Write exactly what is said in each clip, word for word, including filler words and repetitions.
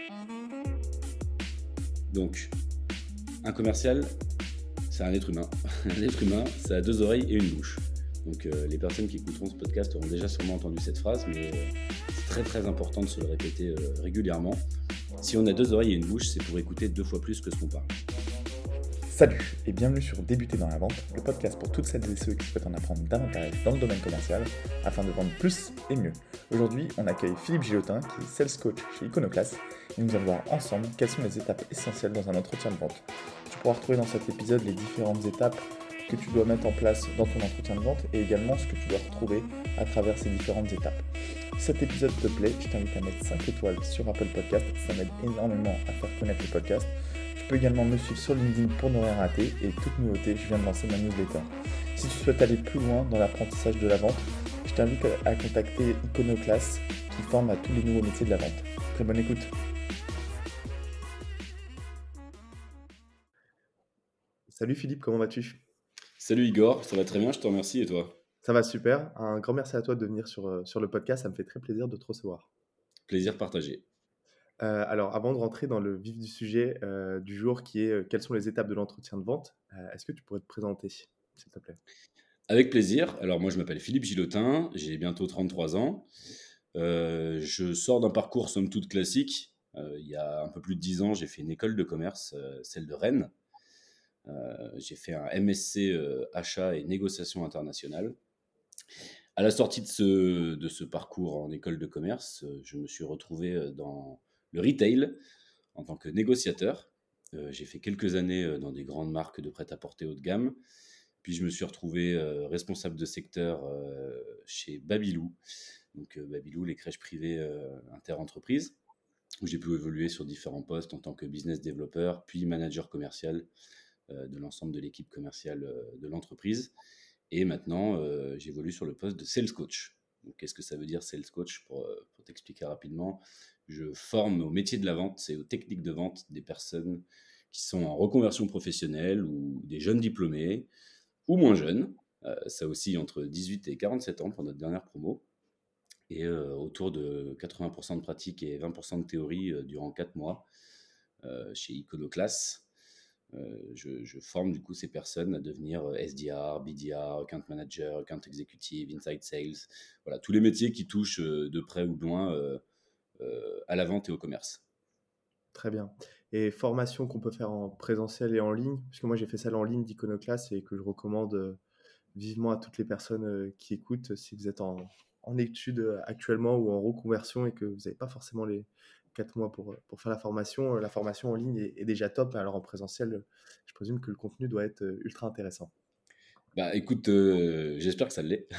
Donc, un commercial, c'est un être humain. Un être humain, ça a deux oreilles et une bouche. Donc, euh, les personnes qui écouteront ce podcast auront déjà sûrement entendu cette phrase, mais euh, c'est très très important de se le répéter euh, régulièrement. Si on a deux oreilles et une bouche, c'est pour écouter deux fois plus que ce qu'on parle. Salut et bienvenue sur Débuter dans la vente, le podcast pour toutes celles et ceux qui souhaitent en apprendre davantage dans le domaine commercial afin de vendre plus et mieux. Aujourd'hui, on accueille Philippe Gilotin qui est Sales Coach chez Iconoclast et nous allons voir ensemble quelles sont les étapes essentielles dans un entretien de vente. Tu pourras retrouver dans cet épisode les différentes étapes que tu dois mettre en place dans ton entretien de vente et également ce que tu dois retrouver à travers ces différentes étapes. Si cet épisode te plaît, je t'invite à mettre cinq étoiles sur Apple Podcast, ça m'aide énormément à faire connaître le podcast. Tu peux également me suivre sur LinkedIn pour ne rien rater et toute nouveauté, je viens de lancer ma newsletter. Si tu souhaites aller plus loin dans l'apprentissage de la vente, je t'invite à contacter Iconoclast qui forme à tous les nouveaux métiers de la vente. Très bonne écoute. Salut Philippe, comment vas-tu ? Salut Igor, ça va très bien, je te remercie et toi ? Ça va super, un grand merci à toi de venir sur, sur le podcast, ça me fait très plaisir de te recevoir. Plaisir partagé. Euh, alors, avant de rentrer dans le vif du sujet euh, du jour, qui est euh, quelles sont les étapes de l'entretien de vente, euh, est-ce que tu pourrais te présenter, s'il te plaît ? Avec plaisir. Alors moi je m'appelle Philippe Gilotin, j'ai bientôt trente-trois ans. Euh, je sors d'un parcours somme toute classique. Euh, il y a un peu plus de dix ans, j'ai fait une école de commerce, euh, celle de Rennes. Euh, j'ai fait un M S C euh, achat et négociation internationale. À la sortie de ce, de ce parcours en école de commerce, euh, je me suis retrouvé euh, dans le retail en tant que négociateur. Euh, j'ai fait quelques années euh, dans des grandes marques de prêt-à-porter haut de gamme. Puis je me suis retrouvé euh, responsable de secteur euh, chez Babylou. Donc euh, Babylou, les crèches privées euh, inter-entreprises, où j'ai pu évoluer sur différents postes en tant que business developer, puis manager commercial euh, de l'ensemble de l'équipe commerciale euh, de l'entreprise. Et maintenant, euh, j'évolue sur le poste de sales coach. Donc, qu'est-ce que ça veut dire sales coach ? Pour, euh, pour t'expliquer rapidement, je forme au métier de la vente et aux techniques de vente des personnes qui sont en reconversion professionnelle ou des jeunes diplômés ou moins jeunes. Euh, ça oscille entre dix-huit et quarante-sept ans pour notre dernière promo. Et euh, autour de quatre-vingts pour cent de pratique et vingt pour cent de théorie euh, durant quatre mois euh, chez Iconoclast. Euh, je, je forme du coup ces personnes à devenir S D R, B D R, Account Manager, Account Executive, Inside Sales, voilà, tous les métiers qui touchent euh, de près ou de loin euh, euh, à la vente et au commerce. Très bien. Et formation qu'on peut faire en présentiel et en ligne, puisque moi j'ai fait ça en ligne d'Iconoclast et que je recommande euh, vivement à toutes les personnes euh, qui écoutent si vous êtes en, en études euh, actuellement ou en reconversion et que vous n'avez pas forcément les quatre mois pour, euh, pour faire la formation. euh, La formation en ligne est, est déjà top, alors en présentiel, euh, je présume que le contenu doit être euh, ultra intéressant. Bah écoute, euh, j'espère que ça l'est.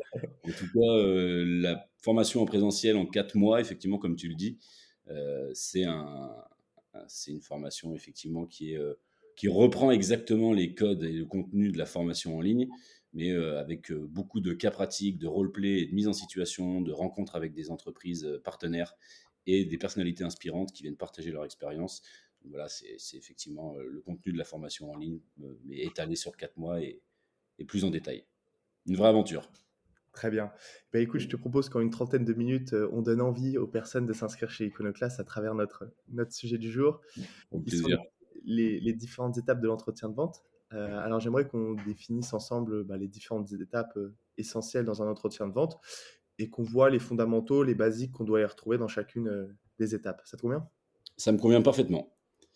En tout cas, euh, la formation en présentiel en quatre mois, effectivement, comme tu le dis, euh, c'est un, c'est une formation effectivement qui, est, euh, qui reprend exactement les codes et le contenu de la formation en ligne, mais euh, avec euh, beaucoup de cas pratiques, de roleplay, de mise en situation, de rencontres avec des entreprises euh, partenaires et des personnalités inspirantes qui viennent partager leur expérience. Donc voilà, c'est, c'est effectivement euh, le contenu de la formation en ligne, euh, mais étalé sur quatre mois et, et plus en détail. Une vraie aventure. Très bien. Ben, écoute, je te propose qu'en une trentaine de minutes, euh, on donne envie aux personnes de s'inscrire chez Iconoclast à travers notre, notre sujet du jour, Avec qui sont plaisir. les, les différentes étapes de l'entretien de vente. Euh, alors, j'aimerais qu'on définisse ensemble bah, les différentes étapes euh, essentielles dans un entretien de vente et qu'on voit les fondamentaux, les basiques qu'on doit y retrouver dans chacune euh, des étapes. Ça te convient ? Ça me convient parfaitement.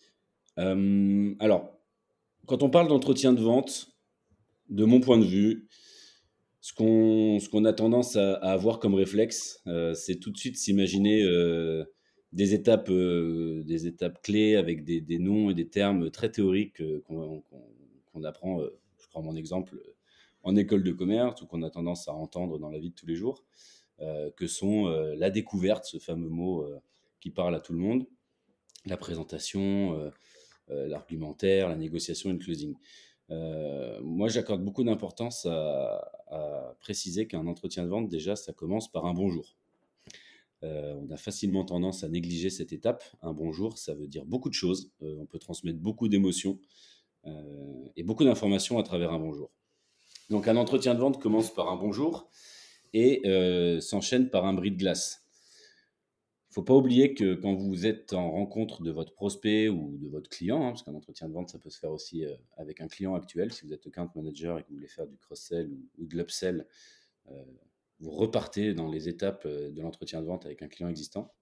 Euh, alors, quand on parle d'entretien de vente, de mon point de vue, ce qu'on, ce qu'on a tendance à, à avoir comme réflexe, euh, c'est tout de suite s'imaginer euh, des étapes, euh, des étapes clés avec des, des noms et des termes très théoriques euh, qu'on, qu'on, qu'on apprend, euh, je prends mon exemple, euh, en école de commerce ou qu'on a tendance à entendre dans la vie de tous les jours, euh, que sont euh, la découverte, ce fameux mot euh, qui parle à tout le monde, la présentation, euh, euh, l'argumentaire, la négociation et le closing. Euh, moi, j'accorde beaucoup d'importance à, à préciser qu'un entretien de vente, déjà, ça commence par un bonjour. Euh, on a facilement tendance à négliger cette étape. Un bonjour, ça veut dire beaucoup de choses. Euh, on peut transmettre beaucoup d'émotions euh, et beaucoup d'informations à travers un bonjour. Donc, un entretien de vente commence par un bonjour et euh, s'enchaîne par un bris de glace. faut pas oublier que quand vous êtes en rencontre de votre prospect ou de votre client, hein, parce qu'un entretien de vente, ça peut se faire aussi euh, avec un client actuel. Si vous êtes account manager et que vous voulez faire du cross-sell ou, ou de l'upsell, euh, vous repartez dans les étapes euh, de l'entretien de vente avec un client existant.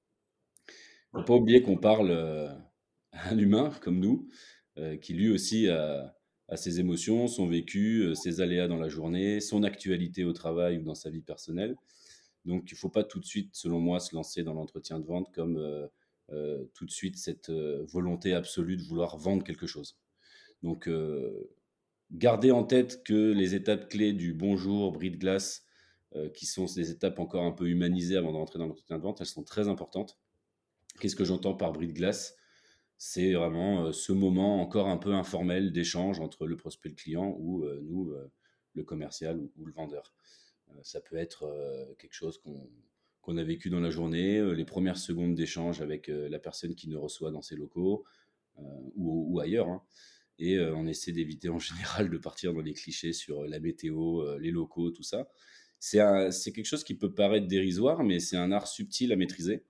Il ne faut pas oublier qu'on parle euh, à un humain comme nous, euh, qui lui aussi a, a ses émotions, son vécu, euh, ses aléas dans la journée, son actualité au travail ou dans sa vie personnelle. Donc, il ne faut pas tout de suite, selon moi, se lancer dans l'entretien de vente comme euh, euh, tout de suite cette euh, volonté absolue de vouloir vendre quelque chose. Donc, euh, gardez en tête que les étapes clés du bonjour, bris de glace, euh, qui sont des étapes encore un peu humanisées avant de rentrer dans l'entretien de vente, elles sont très importantes. Qu'est-ce que j'entends par bris de glace? C'est vraiment euh, ce moment encore un peu informel d'échange entre le prospect et le client ou euh, nous, euh, le commercial ou, ou le vendeur. Euh, ça peut être euh, quelque chose qu'on qu'on a vécu dans la journée, euh, les premières secondes d'échange avec euh, la personne qui nous reçoit dans ses locaux euh, ou, ou ailleurs. Hein. Et euh, on essaie d'éviter en général de partir dans les clichés sur la météo, euh, les locaux, tout ça. C'est un- c'est quelque chose qui peut paraître dérisoire, mais c'est un art subtil à maîtriser.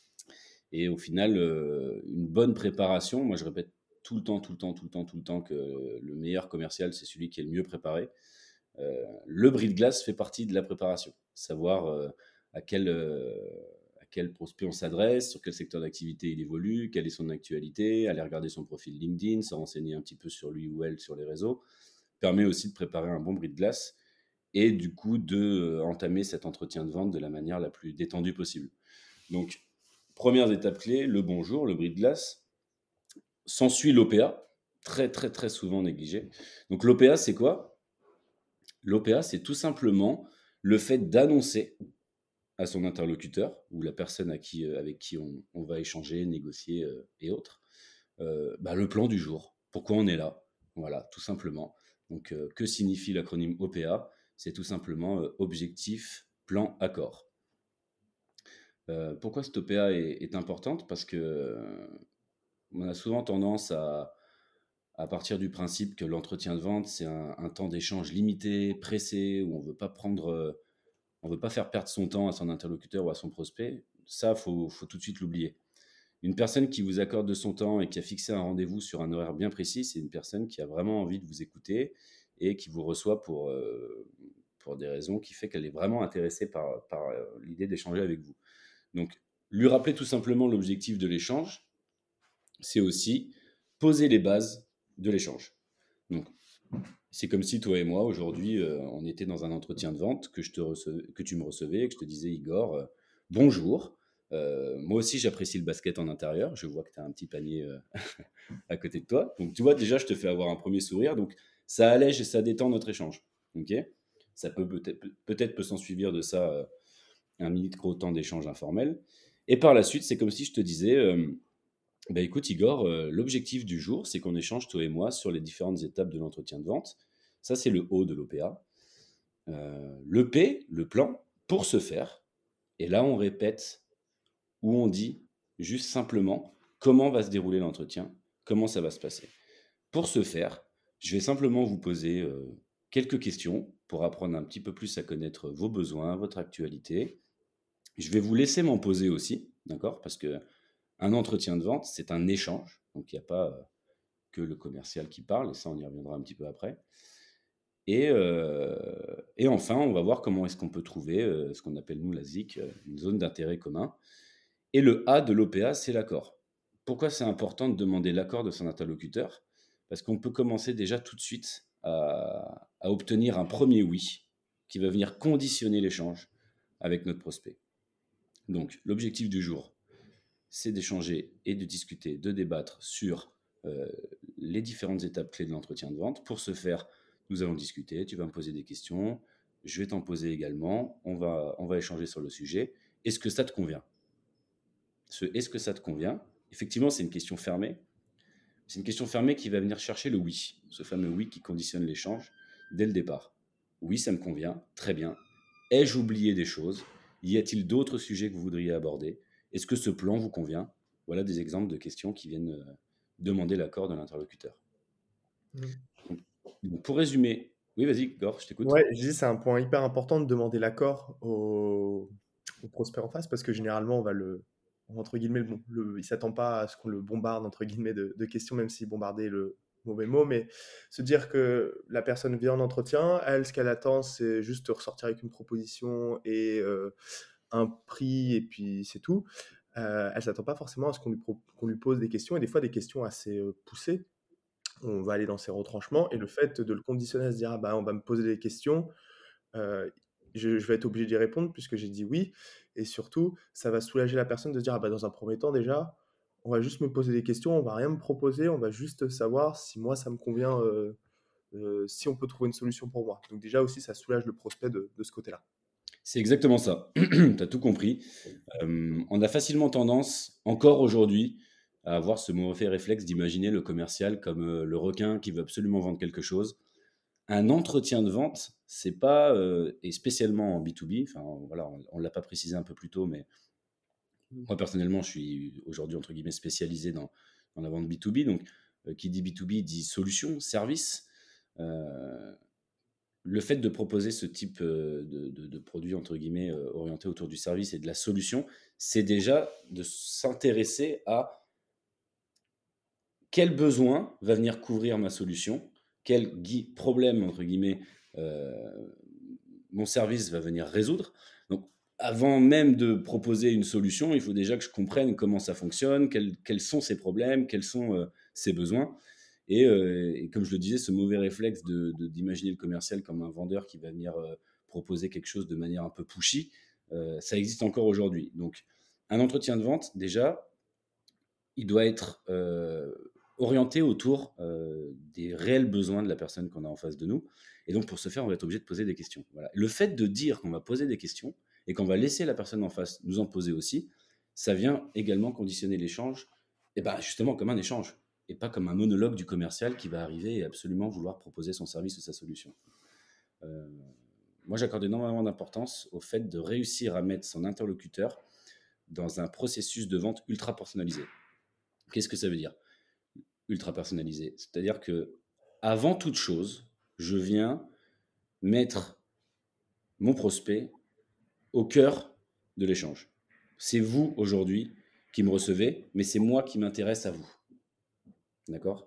Et au final, euh, une bonne préparation, moi je répète tout le temps, tout le temps, tout le temps, tout le temps que le meilleur commercial, c'est celui qui est le mieux préparé. Euh, le bris de glace fait partie de la préparation. Savoir euh, à, quel, euh, à quel prospect on s'adresse, sur quel secteur d'activité il évolue, quelle est son actualité, aller regarder son profil LinkedIn, se renseigner un petit peu sur lui ou elle sur les réseaux, permet aussi de préparer un bon bris de glace et du coup de euh, entamer cet entretien de vente de la manière la plus détendue possible. Donc, première étape clé, le bonjour, le bris de glace. S'ensuit l'O P A, très très très souvent négligé. Donc l'O P A, c'est quoi? L'O P A, c'est tout simplement le fait d'annoncer à son interlocuteur ou la personne à qui, euh, avec qui on, on va échanger, négocier euh, et autres, euh, bah, le plan du jour. Pourquoi on est là? Voilà, tout simplement. Donc, euh, que signifie l'acronyme O P A? C'est tout simplement euh, objectif, plan, accord. Euh, pourquoi cette O P A est, est importante? Parce que euh, on a souvent tendance à, à partir du principe que l'entretien de vente, c'est un, un temps d'échange limité, pressé, où on veut pas prendre, euh, on veut pas faire perdre son temps à son interlocuteur ou à son prospect. Ça, faut, faut tout de suite l'oublier. Une personne qui vous accorde de son temps et qui a fixé un rendez-vous sur un horaire bien précis, c'est une personne qui a vraiment envie de vous écouter et qui vous reçoit pour, euh, pour des raisons qui fait qu'elle est vraiment intéressée par, par euh, l'idée d'échanger avec vous. Donc, lui rappeler tout simplement l'objectif de l'échange, c'est aussi poser les bases de l'échange. Donc, c'est comme si toi et moi, aujourd'hui, euh, on était dans un entretien de vente, que, je te recevais, que tu me recevais et que je te disais, Igor, euh, bonjour. Euh, moi aussi, j'apprécie le basket en intérieur. Je vois que tu as un petit panier euh, à côté de toi. Donc, tu vois, déjà, je te fais avoir un premier sourire. Donc, ça allège et ça détend notre échange. Ok. Ça peut peut-être peut-être peut s'en suivre de ça euh, un micro temps d'échange informel. Et par la suite, c'est comme si je te disais, euh, bah écoute Igor, euh, l'objectif du jour, c'est qu'on échange toi et moi sur les différentes étapes de l'entretien de vente. Ça, c'est le O de l'O P A. Euh, le P, le plan, pour ce faire. Et là, on répète ou on dit juste simplement comment va se dérouler l'entretien, comment ça va se passer. Pour ce faire, je vais simplement vous poser euh, quelques questions pour apprendre un petit peu plus à connaître vos besoins, votre actualité. Je vais vous laisser m'en poser aussi, d'accord? Parce que un entretien de vente, c'est un échange. Donc, il n'y a pas euh, que le commercial qui parle, et ça, on y reviendra un petit peu après. Et, euh, et enfin, on va voir comment est-ce qu'on peut trouver euh, ce qu'on appelle, nous, la Z I C, euh, une zone d'intérêt commun. Et le A de l'O P A, c'est l'accord. Pourquoi c'est important de demander l'accord de son interlocuteur? Parce qu'on peut commencer déjà tout de suite à, à obtenir un premier oui qui va venir conditionner l'échange avec notre prospect. Donc, l'objectif du jour, c'est d'échanger et de discuter, de débattre sur euh, les différentes étapes clés de l'entretien de vente. Pour ce faire, nous allons discuter, tu vas me poser des questions, je vais t'en poser également, on va, on va échanger sur le sujet. Est-ce que ça te convient? Ce est-ce que ça te convient? Effectivement, c'est une question fermée. C'est une question fermée qui va venir chercher le oui, ce fameux oui qui conditionne l'échange dès le départ. Oui, ça me convient, très bien. Ai-je oublié des choses? Y a-t-il d'autres sujets que vous voudriez aborder? Est-ce que ce plan vous convient? Voilà des exemples de questions qui viennent euh, demander l'accord de l'interlocuteur. Mm. Donc, donc, pour résumer, oui, vas-y, Gor, je t'écoute. Ouais, je dis c'est un point hyper important de demander l'accord au, au prospect en face parce que généralement on va le, entre guillemets, le, bon- le- il ne s'attend pas à ce qu'on le bombarde entre guillemets de, de questions, même si bombarder est le mauvais mot, mais se dire que la personne vient en entretien, elle, ce qu'elle attend, c'est juste de ressortir avec une proposition et euh, un prix, et puis c'est tout. Euh, elle ne s'attend pas forcément à ce qu'on lui, pro- qu'on lui pose des questions, et des fois des questions assez euh, poussées. On va aller dans ses retranchements, et le fait de le conditionner à se dire, ah bah, on va me poser des questions, euh, je, je vais être obligé d'y répondre puisque j'ai dit oui. Et surtout, ça va soulager la personne de se dire, ah bah, dans un premier temps déjà, on va juste me poser des questions, on va rien me proposer, on va juste savoir si moi ça me convient, euh, euh, si on peut trouver une solution pour moi. Donc déjà aussi, ça soulage le prospect de, de ce côté-là. C'est exactement ça. Tu as tout compris. Euh, on a facilement tendance, encore aujourd'hui, à avoir ce mauvais réflexe d'imaginer le commercial comme euh, le requin qui veut absolument vendre quelque chose. Un entretien de vente, c'est pas, euh, et spécialement en B deux B, enfin voilà, on ne l'a pas précisé un peu plus tôt, mais moi personnellement, je suis aujourd'hui entre guillemets spécialisé dans, dans la vente B deux B. Donc, euh, qui dit B deux B dit solution, service. Euh, le fait de proposer ce type euh, de, de, de produit entre guillemets euh, orienté autour du service et de la solution, c'est déjà de s'intéresser à quel besoin va venir couvrir ma solution, quel gui- problème entre guillemets euh, mon service va venir résoudre. Donc, avant même de proposer une solution, il faut déjà que je comprenne comment ça fonctionne, quels, quels sont ces problèmes, quels sont euh, ces besoins. Et, euh, et comme je le disais, ce mauvais réflexe de, de- d'imaginer le commercial comme un vendeur qui va venir euh, proposer quelque chose de manière un peu pushy, euh, ça existe encore aujourd'hui. Donc, un entretien de vente, déjà, il doit être euh, orienté autour euh, des réels besoins de la personne qu'on a en face de nous. Et donc, pour ce faire, on va être obligé de poser des questions. Voilà. Le fait de dire qu'on va poser des questions et qu'on va laisser la personne en face nous en poser aussi, ça vient également conditionner l'échange, et ben justement comme un échange, et pas comme un monologue du commercial qui va arriver et absolument vouloir proposer son service ou sa solution. Euh, Moi, j'accorde énormément d'importance au fait de réussir à mettre son interlocuteur dans un processus de vente ultra personnalisé. Qu'est-ce que ça veut dire? Ultra personnalisé. C'est-à-dire que, avant toute chose, je viens mettre mon prospect au cœur de l'échange. C'est vous aujourd'hui qui me recevez, mais c'est moi qui m'intéresse à vous. D'accord?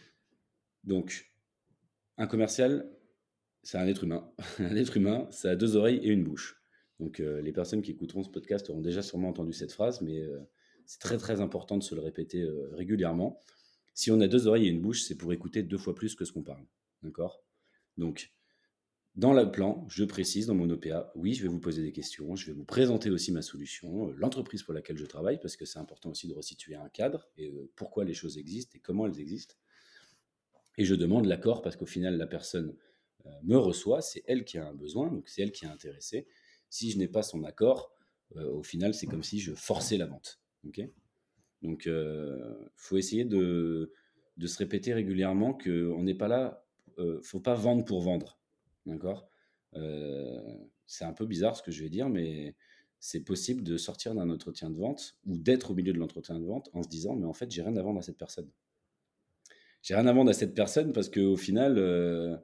Donc, un commercial, c'est un être humain. Un être humain, ça a deux oreilles et une bouche. Donc, euh, les personnes qui écouteront ce podcast auront déjà sûrement entendu cette phrase, mais euh, c'est très très important de se le répéter euh, régulièrement. Si on a deux oreilles et une bouche, c'est pour écouter deux fois plus que ce qu'on parle. D'accord? Donc, dans le plan, je précise dans mon O P A, oui, je vais vous poser des questions, je vais vous présenter aussi ma solution, euh, l'entreprise pour laquelle je travaille, parce que c'est important aussi de resituer un cadre et euh, pourquoi les choses existent et comment elles existent. Et je demande l'accord parce qu'au final, la personne euh, me reçoit, c'est elle qui a un besoin, donc c'est elle qui est intéressée. Si je n'ai pas son accord, euh, au final, c'est comme si je forçais la vente. Okay, donc, il euh, faut essayer de, de se répéter régulièrement qu'on n'est pas là, il euh, ne faut pas vendre pour vendre. D'accord? Euh, C'est un peu bizarre ce que je vais dire, mais c'est possible de sortir d'un entretien de vente ou d'être au milieu de l'entretien de vente en se disant, mais en fait, j'ai rien à vendre à cette personne. J'ai rien à vendre à cette personne parce qu'au final, euh,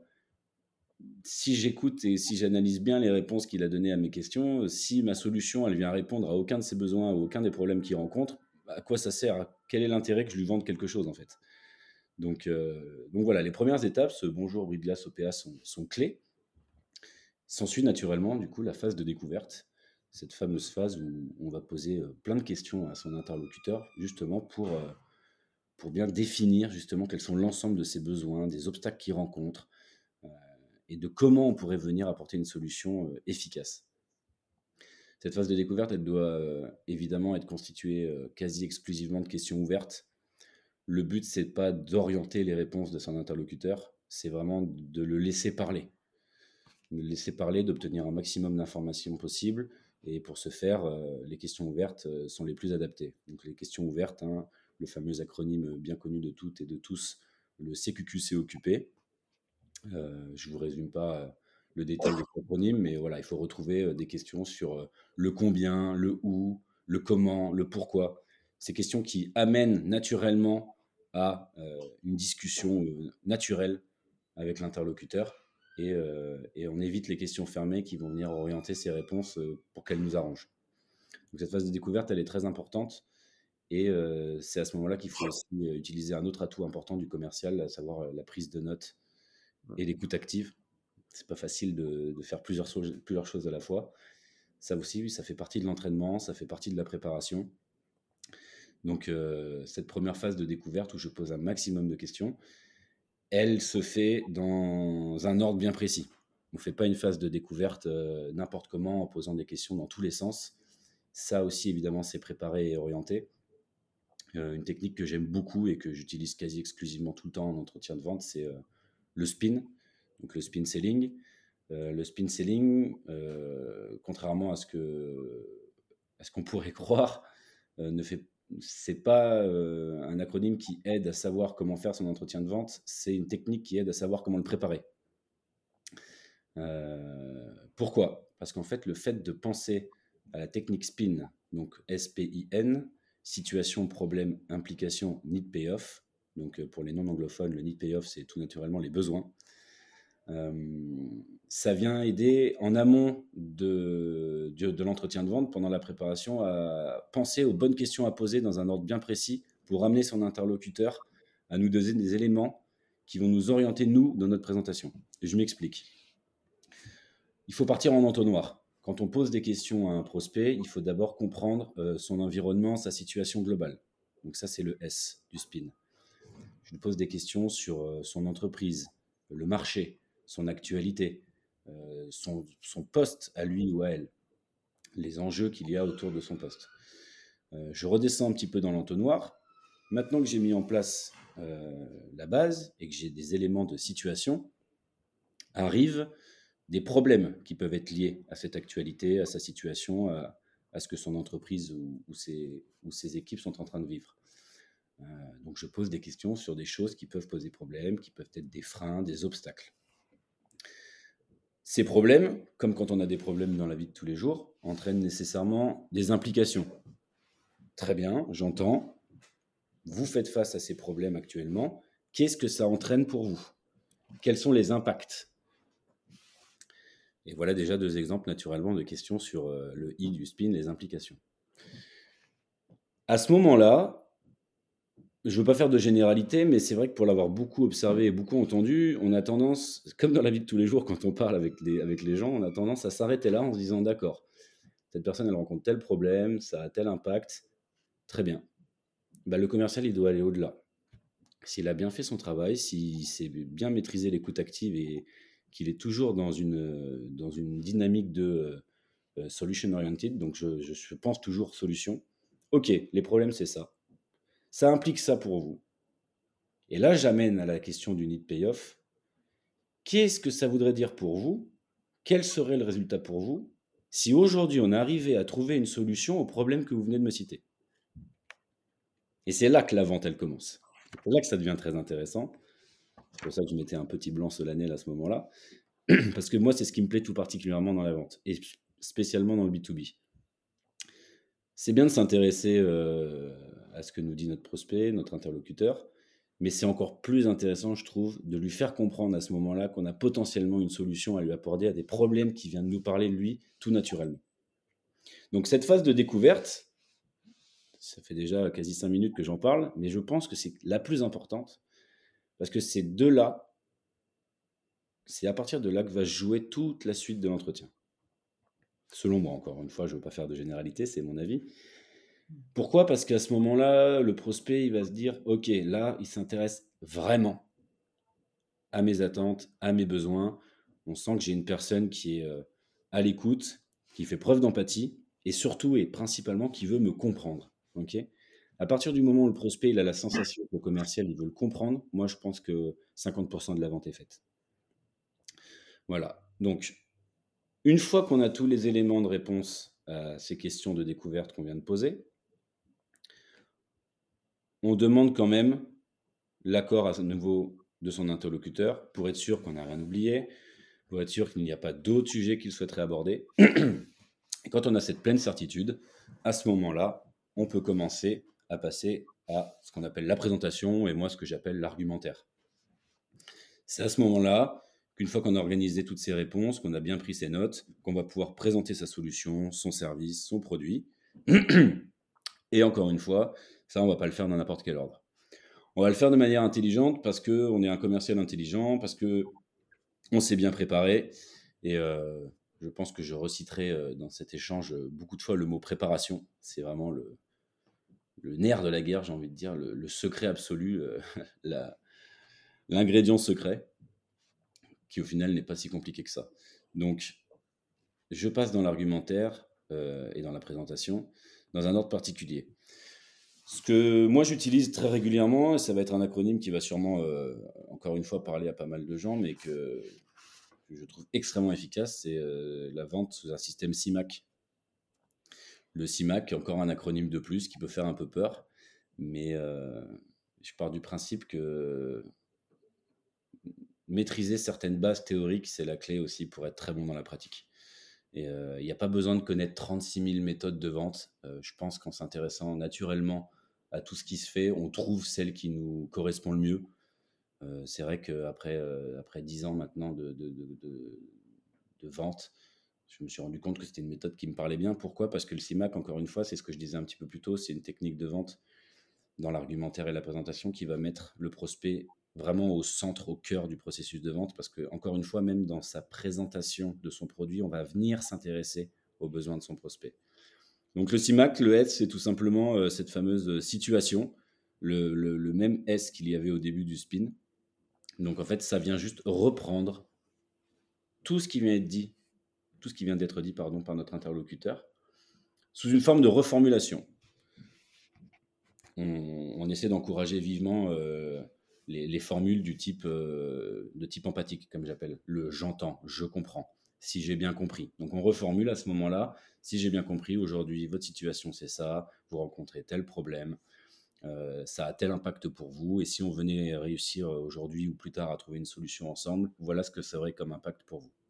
si j'écoute et si j'analyse bien les réponses qu'il a données à mes questions, si ma solution, elle vient répondre à aucun de ses besoins ou aucun des problèmes qu'il rencontre, à quoi ça sert? Quel est l'intérêt que je lui vende quelque chose, en fait? Donc, euh, donc voilà, les premières étapes, ce bonjour, bris de glace, O P A, sont, sont clés. S'ensuit naturellement, du coup, la phase de découverte, cette fameuse phase où on va poser euh, plein de questions à son interlocuteur, justement pour, euh, pour bien définir justement quels sont l'ensemble de ses besoins, des obstacles qu'il rencontre, euh, et de comment on pourrait venir apporter une solution euh, efficace. Cette phase de découverte, elle doit euh, évidemment être constituée euh, quasi exclusivement de questions ouvertes. Le but, c'est pas d'orienter les réponses de son interlocuteur, c'est vraiment de le laisser parler. De le laisser parler, d'obtenir un maximum d'informations possible. Et pour ce faire, euh, les questions ouvertes euh, sont les plus adaptées. Donc les questions ouvertes, hein, le fameux acronyme bien connu de toutes et de tous, le C Q Q C O Q P. Euh, je ne vous résume pas euh, le détail des acronymes, mais voilà, il faut retrouver euh, des questions sur euh, le combien, le où, le comment, le pourquoi. Ces questions qui amènent naturellement à euh, une discussion euh, naturelle avec l'interlocuteur et, euh, et on évite les questions fermées qui vont venir orienter ces réponses euh, pour qu'elles nous arrangent. Donc cette phase de découverte, elle est très importante. Et euh, c'est à ce moment-là qu'il faut aussi euh, utiliser un autre atout important du commercial, à savoir euh, la prise de notes et l'écoute active. C'est pas facile de, de faire plusieurs, so- plusieurs choses à la fois. Ça aussi, oui, ça fait partie de l'entraînement, ça fait partie de la préparation. Donc, euh, cette première phase de découverte où je pose un maximum de questions, elle se fait dans un ordre bien précis. On ne fait pas une phase de découverte euh, n'importe comment en posant des questions dans tous les sens. Ça aussi, évidemment, c'est préparé et orienté. Euh, une technique que j'aime beaucoup et que j'utilise quasi exclusivement tout le temps en entretien de vente, c'est euh, le spin, donc le spin selling. Euh, le spin selling, euh, contrairement à ce que, à ce qu'on pourrait croire, euh, ne fait, c'est pas euh, un acronyme qui aide à savoir comment faire son entretien de vente, c'est une technique qui aide à savoir comment le préparer. Euh, pourquoi ? Parce qu'en fait, le fait de penser à la technique SPIN, donc S P I N, situation, problème, implication, need payoff. Donc euh, pour les non-anglophones, le need payoff, c'est tout naturellement les besoins. Euh, ça vient aider en amont de, de, de l'entretien de vente, pendant la préparation, à penser aux bonnes questions à poser dans un ordre bien précis pour amener son interlocuteur à nous donner des éléments qui vont nous orienter, nous, dans notre présentation. Je m'explique. Il faut partir en entonnoir. Quand on pose des questions à un prospect, il faut d'abord comprendre euh, son environnement, sa situation globale. Donc ça, c'est le S du spin. Je lui pose des questions sur euh, son entreprise, le marché, son actualité, euh, son, son poste à lui ou à elle, les enjeux qu'il y a autour de son poste. Euh, je redescends un petit peu dans l'entonnoir. Maintenant que j'ai mis en place euh, la base et que j'ai des éléments de situation, arrivent des problèmes qui peuvent être liés à cette actualité, à sa situation, à, à ce que son entreprise ou, ou, ses, ou ses équipes sont en train de vivre. Euh, donc je pose des questions sur des choses qui peuvent poser problème, qui peuvent être des freins, des obstacles. Ces problèmes, comme quand on a des problèmes dans la vie de tous les jours, entraînent nécessairement des implications. Très bien, j'entends. Vous faites face à ces problèmes actuellement. Qu'est-ce que ça entraîne pour vous ? Quels sont les impacts ? Et voilà déjà deux exemples naturellement de questions sur euh, le I du spin, les implications. À ce moment-là, je ne veux pas faire de généralité, mais c'est vrai que pour l'avoir beaucoup observé et beaucoup entendu, on a tendance, comme dans la vie de tous les jours, quand on parle avec les, avec les gens, on a tendance à s'arrêter là en se disant « D'accord, cette personne, elle rencontre tel problème, ça a tel impact, très bien. » Ben, le commercial, il doit aller au-delà. S'il a bien fait son travail, s'il sait bien maîtriser l'écoute active et qu'il est toujours dans une, dans une dynamique de euh, solution oriented, donc je, je, je pense toujours solution. Ok, les problèmes, c'est ça. Ça implique ça pour vous. Et là, j'amène à la question du need payoff. Qu'est-ce que ça voudrait dire pour vous ? Quel serait le résultat pour vous si aujourd'hui on arrivait à trouver une solution au problème que vous venez de me citer ? Et c'est là que la vente, elle commence. C'est là que ça devient très intéressant. C'est pour ça que je mettais un petit blanc solennel à ce moment-là. Parce que moi, c'est ce qui me plaît tout particulièrement dans la vente, et spécialement dans le B deux B. C'est bien de s'intéresser euh, à ce que nous dit notre prospect, notre interlocuteur, mais c'est encore plus intéressant, je trouve, de lui faire comprendre à ce moment-là qu'on a potentiellement une solution à lui apporter à des problèmes qui viennent de nous parler, lui, tout naturellement. Donc cette phase de découverte, ça fait déjà quasi cinq minutes que j'en parle, mais je pense que c'est la plus importante, parce que c'est de là, c'est à partir de là que va jouer toute la suite de l'entretien. Selon moi, encore une fois, je ne veux pas faire de généralité, c'est mon avis. Pourquoi ? Parce qu'à ce moment-là, le prospect, il va se dire, ok, là, il s'intéresse vraiment à mes attentes, à mes besoins. On sent que j'ai une personne qui est euh, à l'écoute, qui fait preuve d'empathie, et surtout et principalement qui veut me comprendre. Okay ? À partir du moment où le prospect il a la sensation que le commercial il veut le comprendre, moi je pense que cinquante pour cent de la vente est faite. Voilà. Donc, une fois qu'on a tous les éléments de réponse à ces questions de découverte qu'on vient de poser, on demande quand même l'accord à nouveau de son interlocuteur pour être sûr qu'on n'a rien oublié, pour être sûr qu'il n'y a pas d'autres sujets qu'il souhaiterait aborder. Et quand on a cette pleine certitude, à ce moment-là, on peut commencer à passer à ce qu'on appelle la présentation et moi ce que j'appelle l'argumentaire. C'est à ce moment-là qu'une fois qu'on a organisé toutes ces réponses, qu'on a bien pris ses notes, qu'on va pouvoir présenter sa solution, son service, son produit. Et encore une fois, ça, on ne va pas le faire dans n'importe quel ordre. On va le faire de manière intelligente parce qu'on est un commercial intelligent, parce qu'on s'est bien préparé. Et euh, je pense que je reciterai euh, dans cet échange euh, beaucoup de fois le mot préparation. C'est vraiment le, le nerf de la guerre, j'ai envie de dire, le, le secret absolu, euh, la, l'ingrédient secret, qui au final n'est pas si compliqué que ça. Donc, je passe dans l'argumentaire euh, et dans la présentation dans un ordre particulier. Ce que moi j'utilise très régulièrement, et ça va être un acronyme qui va sûrement, euh, encore une fois, parler à pas mal de gens, mais que, que je trouve extrêmement efficace, c'est euh, la vente sous un système C I M A C. Le C I M A C, encore un acronyme de plus qui peut faire un peu peur, mais euh, je pars du principe que maîtriser certaines bases théoriques, c'est la clé aussi pour être très bon dans la pratique. Et il euh, n'y a pas besoin de connaître trente-six mille méthodes de vente. Euh, je pense qu'en s'intéressant naturellement à tout ce qui se fait, on trouve celle qui nous correspond le mieux. Euh, c'est vrai qu'après euh, après dix ans maintenant de, de, de, de, de vente, je me suis rendu compte que c'était une méthode qui me parlait bien. Pourquoi ? Parce que le C I M A C, encore une fois, c'est ce que je disais un petit peu plus tôt, c'est une technique de vente dans l'argumentaire et la présentation qui va mettre le prospect vraiment au centre, au cœur du processus de vente, parce que, encore une fois, même dans sa présentation de son produit, on va venir s'intéresser aux besoins de son prospect. Donc le C I M A C, le S, c'est tout simplement euh, cette fameuse situation, le, le, le même S qu'il y avait au début du spin. Donc en fait, ça vient juste reprendre tout ce qui vient d'être dit, tout ce qui vient d'être dit pardon, par notre interlocuteur, sous une forme de reformulation. On, on essaie d'encourager vivement euh, les, les formules du type, euh, de type empathique, comme j'appelle, le j'entends, je comprends, si j'ai bien compris. Donc on reformule à ce moment-là, si j'ai bien compris, aujourd'hui, votre situation c'est ça, vous rencontrez tel problème, euh, ça a tel impact pour vous, et si on venait réussir aujourd'hui ou plus tard à trouver une solution ensemble, voilà ce que ça aurait comme impact pour vous.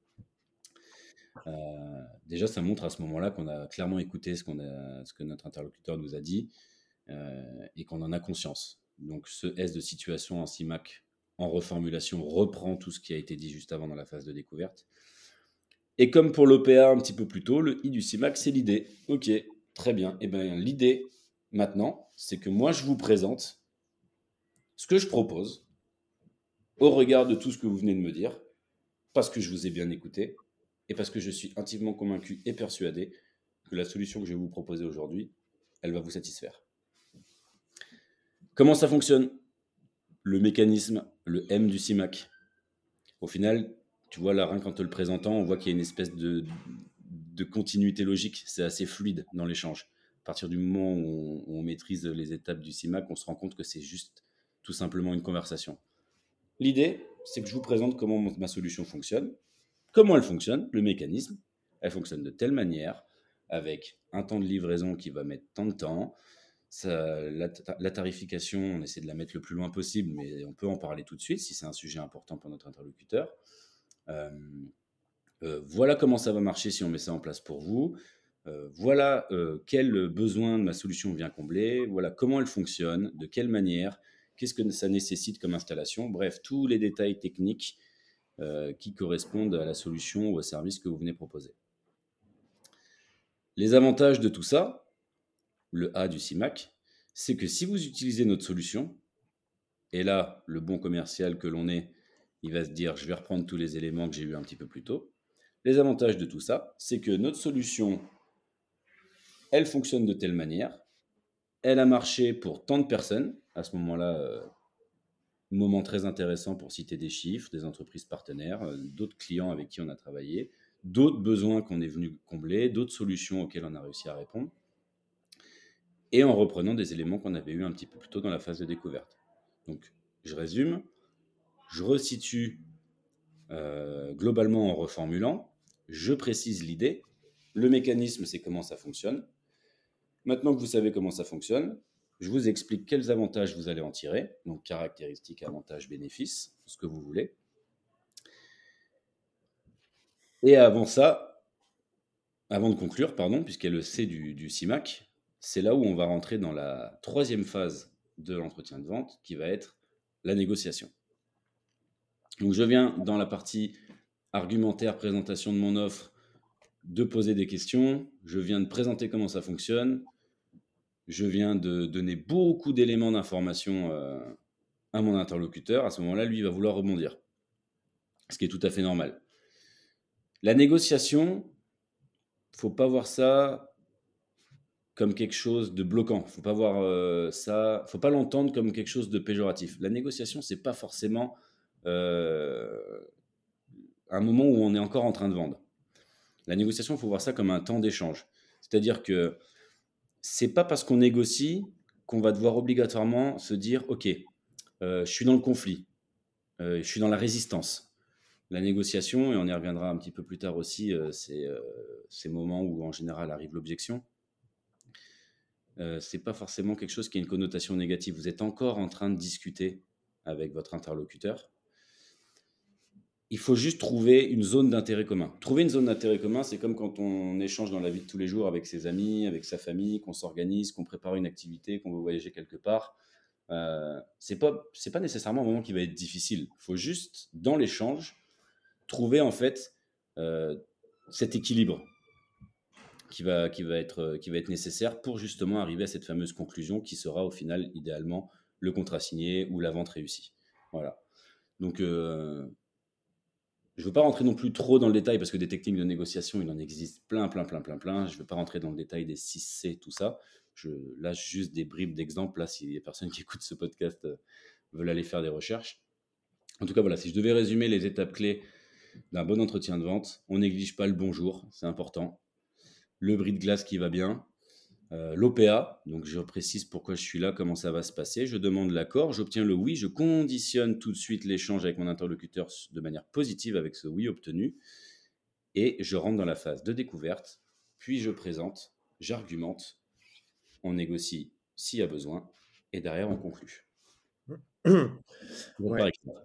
Euh, déjà, ça montre à ce moment-là qu'on a clairement écouté ce, qu'on a, ce que notre interlocuteur nous a dit, euh, et qu'on en a conscience. Donc ce S de situation en C I M A C en reformulation reprend tout ce qui a été dit juste avant dans la phase de découverte. Et comme pour l'O P A un petit peu plus tôt, le I du C I M A C, c'est l'idée. Ok, très bien. Et bien l'idée, maintenant, c'est que moi, je vous présente ce que je propose au regard de tout ce que vous venez de me dire, parce que je vous ai bien écouté et parce que je suis intimement convaincu et persuadé que la solution que je vais vous proposer aujourd'hui, elle va vous satisfaire. Comment ça fonctionne ? Le mécanisme, le M du C I M A C. Au final, tu vois là, rien qu'en te le présentant, on voit qu'il y a une espèce de, de continuité logique. C'est assez fluide dans l'échange. À partir du moment où on, où on maîtrise les étapes du C I M A C, on se rend compte que c'est juste tout simplement une conversation. L'idée, c'est que je vous présente comment ma solution fonctionne. Comment elle fonctionne, le mécanisme. Elle fonctionne de telle manière, avec un temps de livraison qui va mettre tant de temps. Ça, la, la tarification, on essaie de la mettre le plus loin possible, mais on peut en parler tout de suite si c'est un sujet important pour notre interlocuteur. Euh, euh, voilà comment ça va marcher si on met ça en place pour vous. Euh, voilà euh, quel besoin de ma solution vient combler. Voilà comment elle fonctionne, de quelle manière, qu'est-ce que ça nécessite comme installation. Bref, tous les détails techniques euh, qui correspondent à la solution ou au service que vous venez proposer. Les avantages de tout ça, le A du C I M A C, c'est que si vous utilisez notre solution, et là, le bon commercial que l'on est, il va se dire, je vais reprendre tous les éléments que j'ai eus un petit peu plus tôt. Les avantages de tout ça, c'est que notre solution, elle fonctionne de telle manière, elle a marché pour tant de personnes, à ce moment-là, euh, moment très intéressant pour citer des chiffres, des entreprises partenaires, euh, d'autres clients avec qui on a travaillé, d'autres besoins qu'on est venu combler, d'autres solutions auxquelles on a réussi à répondre, et en reprenant des éléments qu'on avait eus un petit peu plus tôt dans la phase de découverte. Donc, je résume, je resitue euh, globalement en reformulant, je précise l'idée, le mécanisme, c'est comment ça fonctionne. Maintenant que vous savez comment ça fonctionne, je vous explique quels avantages vous allez en tirer, donc caractéristiques, avantages, bénéfices, ce que vous voulez. Et avant ça, avant de conclure, pardon, puisqu'il y a le C du, du C I M A C, c'est là où on va rentrer dans la troisième phase de l'entretien de vente, qui va être la négociation. Donc je viens dans la partie argumentaire, présentation de mon offre, de poser des questions, je viens de présenter comment ça fonctionne, je viens de donner beaucoup d'éléments d'information euh, à mon interlocuteur. À ce moment-là, lui, il va vouloir rebondir, ce qui est tout à fait normal. La négociation, il ne faut pas voir ça comme quelque chose de bloquant. Faut pas voir euh, ça, faut pas l'entendre comme quelque chose de péjoratif. La négociation, c'est pas forcément euh, un moment où on est encore en train de vendre. La négociation, il faut voir ça comme un temps d'échange. C'est-à-dire que c'est pas parce qu'on négocie qu'on va devoir obligatoirement se dire, ok, euh, je suis dans le conflit, euh, je suis dans la résistance. La négociation, et on y reviendra un petit peu plus tard aussi, euh, c'est euh, ces moments où en général arrive l'objection. Euh, c'est pas forcément quelque chose qui a une connotation négative. Vous êtes encore en train de discuter avec votre interlocuteur. Il faut juste trouver une zone d'intérêt commun. Trouver une zone d'intérêt commun, c'est comme quand on échange dans la vie de tous les jours avec ses amis, avec sa famille, qu'on s'organise, qu'on prépare une activité, qu'on veut voyager quelque part. Euh, c'est pas, c'est pas nécessairement un moment qui va être difficile. Il faut juste, dans l'échange, trouver en fait euh, cet équilibre qui va, qui, va être, qui va être nécessaire pour justement arriver à cette fameuse conclusion qui sera au final, idéalement, le contrat signé ou la vente réussie. Voilà. Donc, euh, je ne veux pas rentrer non plus trop dans le détail parce que des techniques de négociation, il en existe plein, plein, plein, plein, plein. Je ne veux pas rentrer dans le détail des six C, tout ça. Je lâche juste des bribes d'exemples. Là, si les personnes qui écoutent ce podcast euh, veulent aller faire des recherches. En tout cas, voilà, si je devais résumer les étapes clés d'un bon entretien de vente, on néglige pas le bonjour, c'est important. Le bris de glace qui va bien, euh, l'O P A, donc je précise pourquoi je suis là, comment ça va se passer, je demande l'accord, j'obtiens le oui, je conditionne tout de suite l'échange avec mon interlocuteur de manière positive avec ce oui obtenu, et je rentre dans la phase de découverte, puis je présente, j'argumente, on négocie s'il y a besoin, et derrière on conclut. Ouais.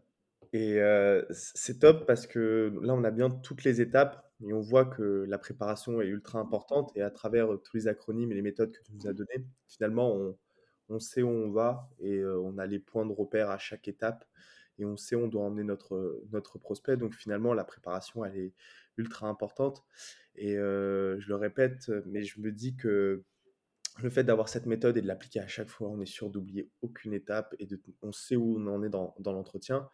Et euh, c'est top parce que là, on a bien toutes les étapes et on voit que la préparation est ultra importante. Et à travers euh, tous les acronymes et les méthodes que tu nous as données, finalement, on, on sait où on va et euh, on a les points de repère à chaque étape et on sait où on doit emmener notre, notre prospect. Donc finalement, la préparation, elle est ultra importante. Et euh, je le répète, mais je me dis que le fait d'avoir cette méthode et de l'appliquer à chaque fois, on est sûr d'oublier aucune étape et de, on sait où on en est dans, dans l'entretien.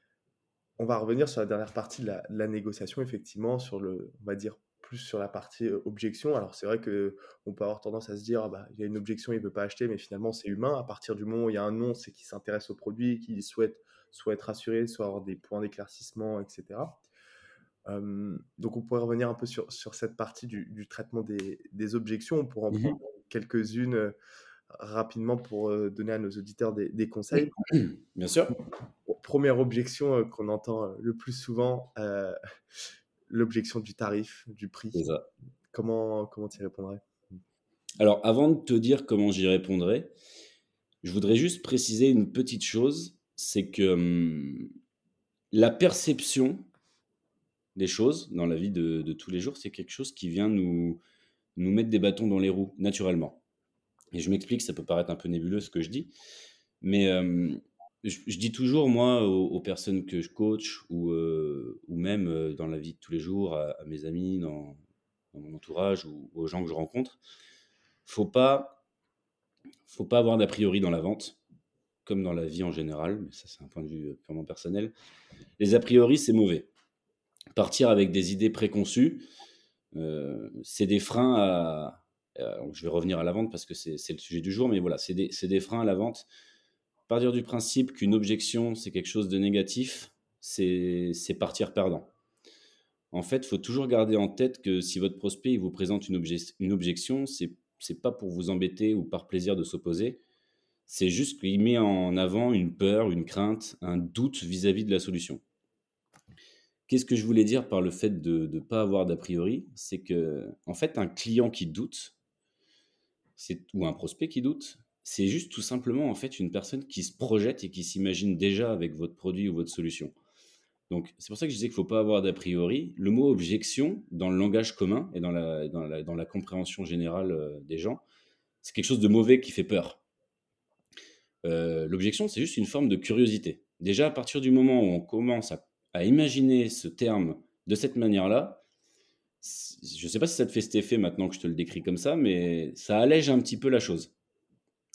On va revenir sur la dernière partie de la, de la négociation, effectivement, sur le, on va dire plus sur la partie euh, objection. Alors c'est vrai que on peut avoir tendance à se dire, ah bah, il y a une objection, il ne veut pas acheter, mais finalement c'est humain. À partir du moment où il y a un non, c'est qu'il s'intéresse au produit, qu'il souhaite soit être rassuré, soit avoir des points d'éclaircissement, et cetera. Euh, donc on pourrait revenir un peu sur, sur cette partie du, du traitement des, des objections. On pourrait en Mhm. prendre quelques-unes euh, rapidement pour euh, donner à nos auditeurs des, des conseils. Bien sûr. Première objection euh, qu'on entend euh, le plus souvent, euh, l'objection du tarif, du prix. C'est ça. Comment comment tu y répondrais? Alors, avant de te dire comment j'y répondrai, je voudrais juste préciser une petite chose, c'est que hum, la perception des choses dans la vie de, de tous les jours, c'est quelque chose qui vient nous, nous mettre des bâtons dans les roues, naturellement. Et je m'explique, ça peut paraître un peu nébuleux ce que je dis, mais euh, je, je dis toujours, moi, aux, aux personnes que je coach ou, euh, ou même euh, dans la vie de tous les jours, à, à mes amis, dans, dans mon entourage ou aux gens que je rencontre, faut pas, faut pas avoir d'a priori dans la vente, comme dans la vie en général, mais ça c'est un point de vue purement personnel. Les a priori, c'est mauvais. Partir avec des idées préconçues, euh, c'est des freins à... à- Je vais revenir à la vente parce que c'est c'est le sujet du jour, mais voilà, c'est des, c'est des freins à la vente. Partir du principe qu'une objection, c'est quelque chose de négatif, c'est c'est partir perdant. En fait, il faut toujours garder en tête que si votre prospect il vous présente une, obje- une objection, c'est c'est pas pour vous embêter ou par plaisir de s'opposer, c'est juste qu'il met en avant une peur, une crainte, un doute vis-à-vis de la solution. Qu'est-ce que je voulais dire par le fait de ne pas avoir d'a priori? C'est que, en fait, un client qui doute, c'est, ou un prospect qui doute, c'est juste tout simplement en fait une personne qui se projette et qui s'imagine déjà avec votre produit ou votre solution. Donc, c'est pour ça que je disais qu'il ne faut pas avoir d'a priori. Le mot objection, dans le langage commun et dans la, dans la, dans la compréhension générale euh, des gens, c'est quelque chose de mauvais qui fait peur. Euh, l'objection, c'est juste une forme de curiosité. Déjà, à partir du moment où on commence à, à imaginer ce terme de cette manière-là, je ne sais pas si ça te fait cet effet maintenant que je te le décris comme ça, mais ça allège un petit peu la chose.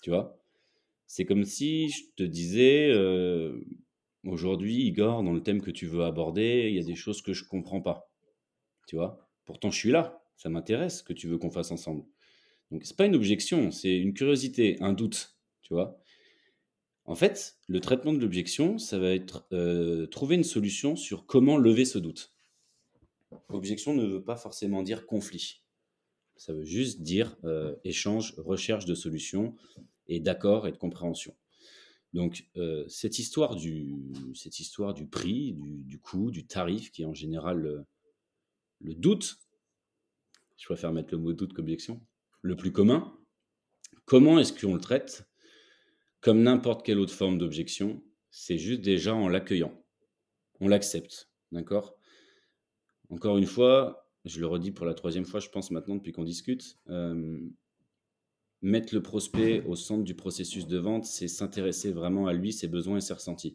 tu vois? C'est comme si je te disais, heu: «Aujourd'hui, Igor, dans le thème que tu veux aborder, il y a des choses que je comprends pas», tu vois? Pourtant, je suis là, ça m'intéresse ce que tu veux qu'on fasse ensemble. Donc c'est pas une objection, c'est une curiosité, un doute, tu vois? En fait, le traitement de l'objection, ça va être, heu, trouver une solution sur comment lever ce doute. Objection ne veut pas forcément dire conflit. Ça veut juste dire, heu, échange, recherche de solutions et d'accord et de compréhension. Donc, heu, cette histoire du cette histoire du prix, du du coût, du tarif qui est en général le le doute, je préfère mettre le mot doute qu'objection, le plus commun. Comment est-ce qu'on le traite? Comme n'importe quelle autre forme d'objection, c'est juste déjà en l'accueillant. On l'accepte, d'accord? Encore une fois, je le redis pour la troisième fois, je pense maintenant depuis qu'on discute, hem, mettre le prospect au centre du processus de vente, c'est s'intéresser vraiment à lui, ses besoins et ses ressentis.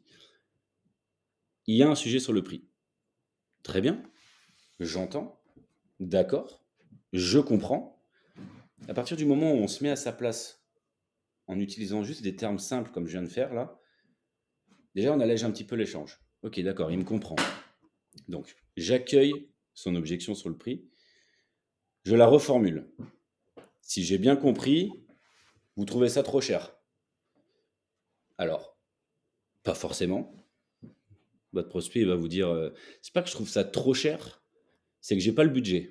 Il y a un sujet sur le prix. Très bien, j'entends, d'accord, je comprends. À partir du moment où on se met à sa place, en utilisant juste des termes simples comme je viens de faire là, déjà on allège un petit peu l'échange. OK, d'accord, il me comprend. Donc, j'accueille son objection sur le prix, je la reformule. Si j'ai bien compris, vous trouvez ça trop cher? Alors, pas forcément. Votre prospect il va vous dire, heu: «C'est pas que je trouve ça trop cher, c'est que j'ai pas le budget.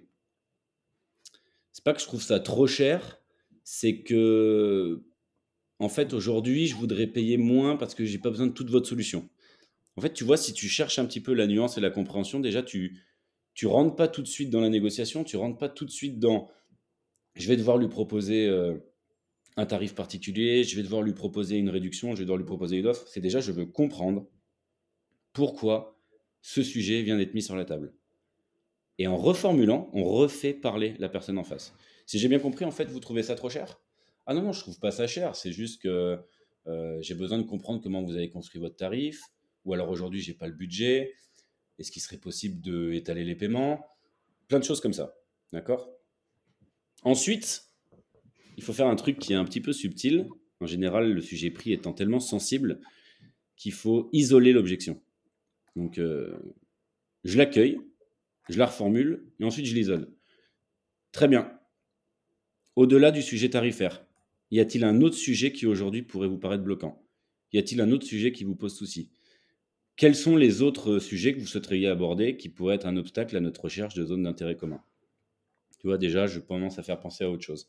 C'est pas que je trouve ça trop cher, c'est que, en fait, aujourd'hui, je voudrais payer moins parce que j'ai pas besoin de toute votre solution». En fait, tu vois, si tu cherches un petit peu la nuance et la compréhension, déjà tu tu rentres pas tout de suite dans la négociation, tu rentres pas tout de suite dans: «Je vais devoir lui proposer, heu, un tarif particulier, je vais devoir lui proposer une réduction, je vais devoir lui proposer une offre». C'est déjà, je veux comprendre pourquoi ce sujet vient d'être mis sur la table. Et en reformulant, on refait parler la personne en face. Si j'ai bien compris, en fait, vous trouvez ça trop cher? Ah non, non, je trouve pas ça cher. C'est juste que euh, j'ai besoin de comprendre comment vous avez construit votre tarif. Ou alors aujourd'hui, j'ai pas le budget. Est-ce qu'il serait possible d'étaler les paiements? Plein de choses comme ça. D'accord? Ensuite, il faut faire un truc qui est un petit peu subtil. En général, le sujet prix étant tellement sensible qu'il faut isoler l'objection. Donc, euh, je l'accueille, je la reformule et ensuite je l'isole. Très bien. Au-delà du sujet tarifaire, y a-t-il un autre sujet qui aujourd'hui pourrait vous paraître bloquant? Y a-t-il un autre sujet qui vous pose souci? Quels sont les autres sujets que vous souhaiteriez aborder qui pourraient être un obstacle à notre recherche de zones d'intérêt commun? Tu vois, déjà, je commence à faire penser à autre chose.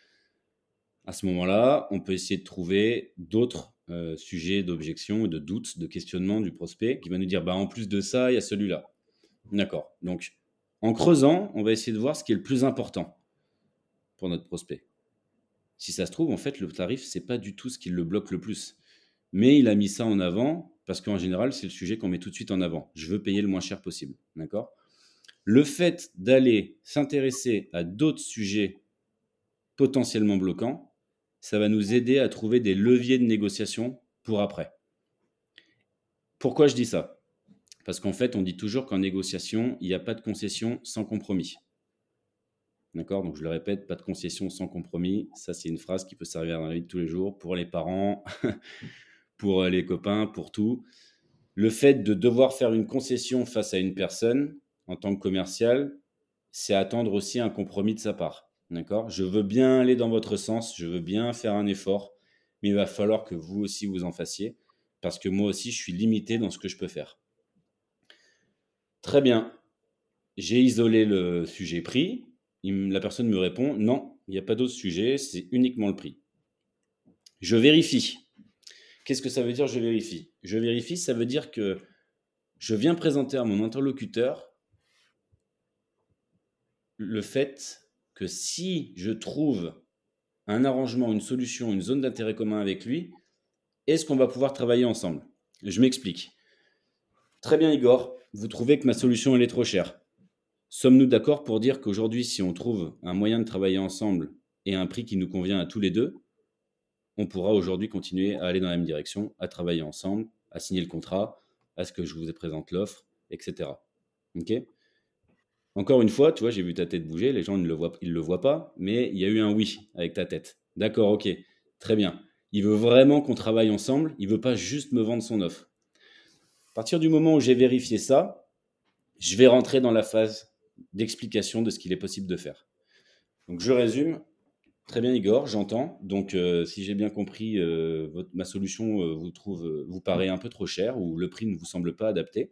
À ce moment-là, on peut essayer de trouver d'autres euh, sujets d'objection, de doute, de questionnement du prospect qui va nous dire, bah, en plus de ça, il y a celui-là. D'accord. Donc, en creusant, on va essayer de voir ce qui est le plus important pour notre prospect. Si ça se trouve, en fait, le tarif, c'est pas du tout ce qui le bloque le plus. Mais il a mis ça en avant parce qu'en général, c'est le sujet qu'on met tout de suite en avant. Je veux payer le moins cher possible. D'accord? Le fait d'aller s'intéresser à d'autres sujets potentiellement bloquants, ça va nous aider à trouver des leviers de négociation pour après. Pourquoi je dis ça? Parce qu'en fait, on dit toujours qu'en négociation, il n'y a pas de concession sans compromis. D'accord? Donc je le répète, pas de concession sans compromis. Ça, c'est une phrase qui peut servir dans la vie de tous les jours pour les parents, pour les copains, pour tout. Le fait de devoir faire une concession face à une personne en tant que commercial, c'est attendre aussi un compromis de sa part. D'accord? Je veux bien aller dans votre sens, je veux bien faire un effort, mais il va falloir que vous aussi vous en fassiez parce que moi aussi, je suis limité dans ce que je peux faire. Très bien. J'ai isolé le sujet prix. Il, la personne me répond, non, il n'y a pas d'autre sujet, c'est uniquement le prix. Je vérifie. Qu'est-ce que ça veut dire, je vérifie? Je vérifie, ça veut dire que je viens présenter à mon interlocuteur le fait que si je trouve un arrangement, une solution, une zone d'intérêt commun avec lui, est-ce qu'on va pouvoir travailler ensemble? Je m'explique. Très bien, Igor, vous trouvez que ma solution, elle est trop chère. Sommes-nous d'accord pour dire qu'aujourd'hui, si on trouve un moyen de travailler ensemble et un prix qui nous convient à tous les deux, on pourra aujourd'hui continuer à aller dans la même direction, à travailler ensemble, à signer le contrat, à ce que je vous présente l'offre, et cetera. Ok? Encore une fois, tu vois, j'ai vu ta tête bouger, les gens ne le voient, ils le voient pas, mais il y a eu un oui avec ta tête. D'accord, ok, très bien. Il veut vraiment qu'on travaille ensemble. Il veut pas juste me vendre son offre. À partir du moment où j'ai vérifié ça, je vais rentrer dans la phase d'explication de ce qu'il est possible de faire. Donc, je résume. Très bien, Igor, j'entends. Donc, euh, si j'ai bien compris, euh, votre, ma solution euh, vous, trouve, euh, vous paraît un peu trop chère ou le prix ne vous semble pas adapté.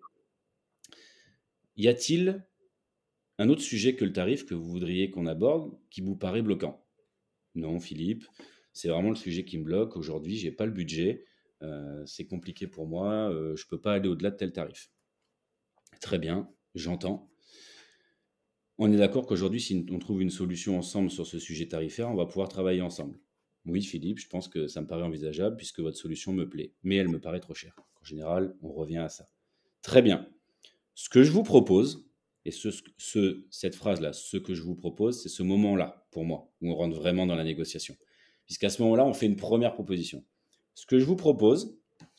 Y a-t-il un autre sujet que le tarif que vous voudriez qu'on aborde qui vous paraît bloquant? Non, Philippe, c'est vraiment le sujet qui me bloque. Aujourd'hui, j'ai pas le budget. Euh, c'est compliqué pour moi. Euh, je peux pas aller au-delà de tel tarif. Très bien, j'entends. On est d'accord qu'aujourd'hui, si on trouve une solution ensemble sur ce sujet tarifaire, on va pouvoir travailler ensemble. Oui, Philippe, je pense que ça me paraît envisageable puisque votre solution me plaît, mais elle me paraît trop chère. En général, on revient à ça. Très bien. Ce que je vous propose, et ce, ce- cette phrase-là, ce que je vous propose, c'est ce moment-là, pour moi, où on rentre vraiment dans la négociation. Puisqu'à ce moment-là, on fait une première proposition. Ce que je vous propose,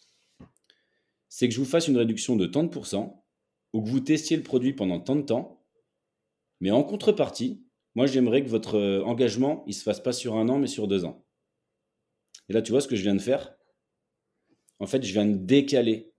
c'est que je vous fasse une réduction de tant de pourcents, ou que vous testiez le produit pendant tant de temps, mais en contrepartie, moi, j'aimerais que votre euh, engagement, il ne se fasse pas sur un an, mais sur deux ans. Et là, tu vois ce que je viens de faire? En fait, je viens de décaler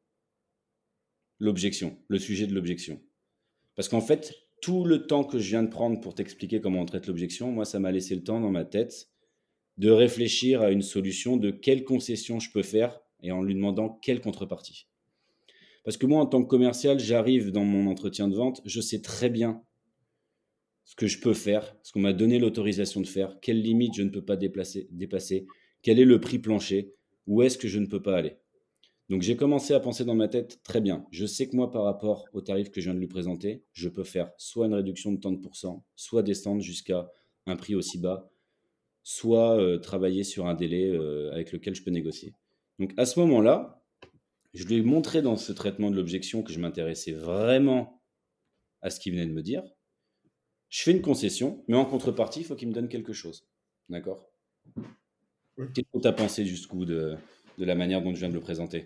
l'objection, le sujet de l'objection. Parce qu'en fait, tout le temps que je viens de prendre pour t'expliquer comment on traite l'objection, moi, ça m'a laissé le temps dans ma tête de réfléchir à une solution de quelle concession je peux faire et en lui demandant quelle contrepartie. Parce que moi, en tant que commercial, j'arrive dans mon entretien de vente, je sais très bien ce que je peux faire, ce qu'on m'a donné l'autorisation de faire, quelles limites je ne peux pas déplacer, dépasser, quel est le prix plancher, où est-ce que je ne peux pas aller. Donc j'ai commencé à penser dans ma tête, très bien, je sais que moi par rapport au tarif que je viens de lui présenter, je peux faire soit une réduction de trente pour cent, soit descendre jusqu'à un prix aussi bas, soit euh, travailler sur un délai euh, avec lequel je peux négocier. Donc à ce moment-là, je lui ai montré dans ce traitement de l'objection que je m'intéressais vraiment à ce qu'il venait de me dire. Je fais une concession, mais en contrepartie, il faut qu'il me donne quelque chose. D'accord? Qu'est-ce que tu as pensé jusqu'où de, de la manière dont je viens de le présenter?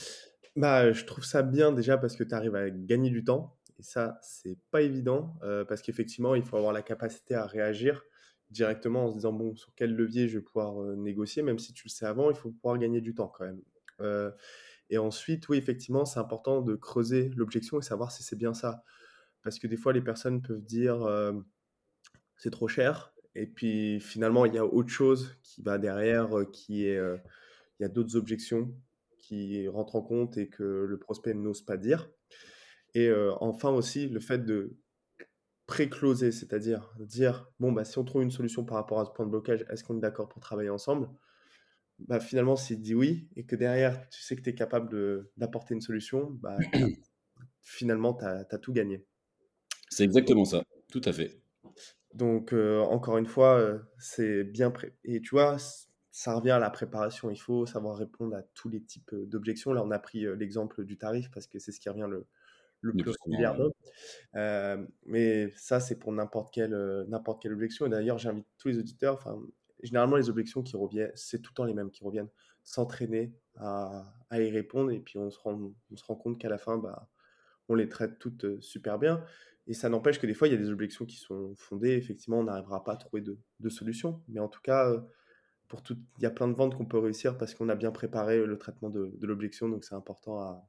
Bah, je trouve ça bien déjà parce que tu arrives à gagner du temps. Et ça, c'est pas évident euh, parce qu'effectivement, il faut avoir la capacité à réagir directement en se disant, bon, sur quel levier je vais pouvoir euh, négocier, même si tu le sais avant, il faut pouvoir gagner du temps quand même. Euh, et ensuite, oui, effectivement, c'est important de creuser l'objection et savoir si c'est bien ça. Parce que des fois, les personnes peuvent dire, euh, c'est trop cher. Et puis finalement, il y a autre chose qui va derrière, euh, qui est, euh, il y a d'autres objections qui rentrent en compte et que le prospect n'ose pas dire. Et euh, enfin aussi, le fait de pré-closer, c'est-à-dire dire, bon, bah, si on trouve une solution par rapport à ce point de blocage, est-ce qu'on est d'accord pour travailler ensemble? Bah, finalement, s'il dit oui et que derrière, tu sais que tu es capable de- d'apporter une solution, bah, t'as- finalement, tu as tout gagné. C'est exactement ça, tout à fait. Donc, euh, encore une fois, euh, c'est bien prêt. Et tu vois, c- ça revient à la préparation. Il faut savoir répondre à tous les types euh, d'objections. Là, on a pris euh, l'exemple du tarif parce que c'est ce qui revient le, le Le plus plus souvent, ouais. régulièrement. Euh, mais ça, c'est pour n'importe quelle, euh, n'importe quelle objection. Et d'ailleurs, j'invite tous les auditeurs, enfin, généralement, les objections qui reviennent, c'est tout le temps les mêmes qui reviennent, s'entraîner à, à y répondre. Et puis, on se rend, on se rend compte qu'à la fin, bah, on les traite toutes euh, super bien. Et ça n'empêche que des fois, il y a des objections qui sont fondées. Effectivement, on n'arrivera pas à trouver de, de solution. Mais en tout cas, euh, pour tout, il y a plein de ventes qu'on peut réussir parce qu'on a bien préparé le traitement de, de l'objection. Donc, c'est important à,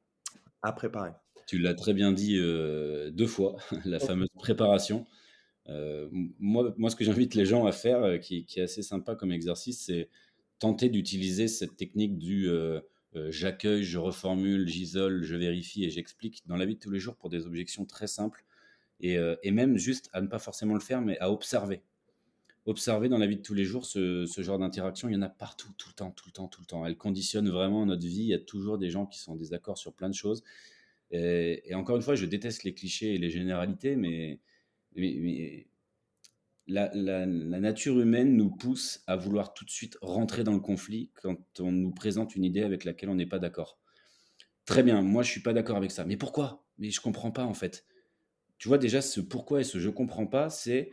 à préparer. Tu l'as très bien dit euh, deux fois, la fameuse préparation. Euh, moi, moi, ce que j'invite les gens à faire, euh, qui, qui est assez sympa comme exercice, c'est tenter d'utiliser cette technique du euh, euh, j'accueille, je reformule, j'isole, je vérifie et j'explique dans la vie de tous les jours pour des objections très simples et, euh, et même juste à ne pas forcément le faire, mais à observer. Observer dans la vie de tous les jours ce, ce genre d'interaction, il y en a partout, tout le temps, tout le temps, tout le temps. Elle conditionne vraiment notre vie. Il y a toujours des gens qui sont en désaccord sur plein de choses. Et, et encore une fois, je déteste les clichés et les généralités, mais, mais, mais la, la- la nature humaine nous pousse à vouloir tout de suite rentrer dans le conflit quand on nous présente une idée avec laquelle on n'est pas d'accord. Très bien, moi je suis pas d'accord avec ça. Mais pourquoi? Mais je comprends pas en fait. Tu vois déjà ce pourquoi et ce je comprends pas, c'est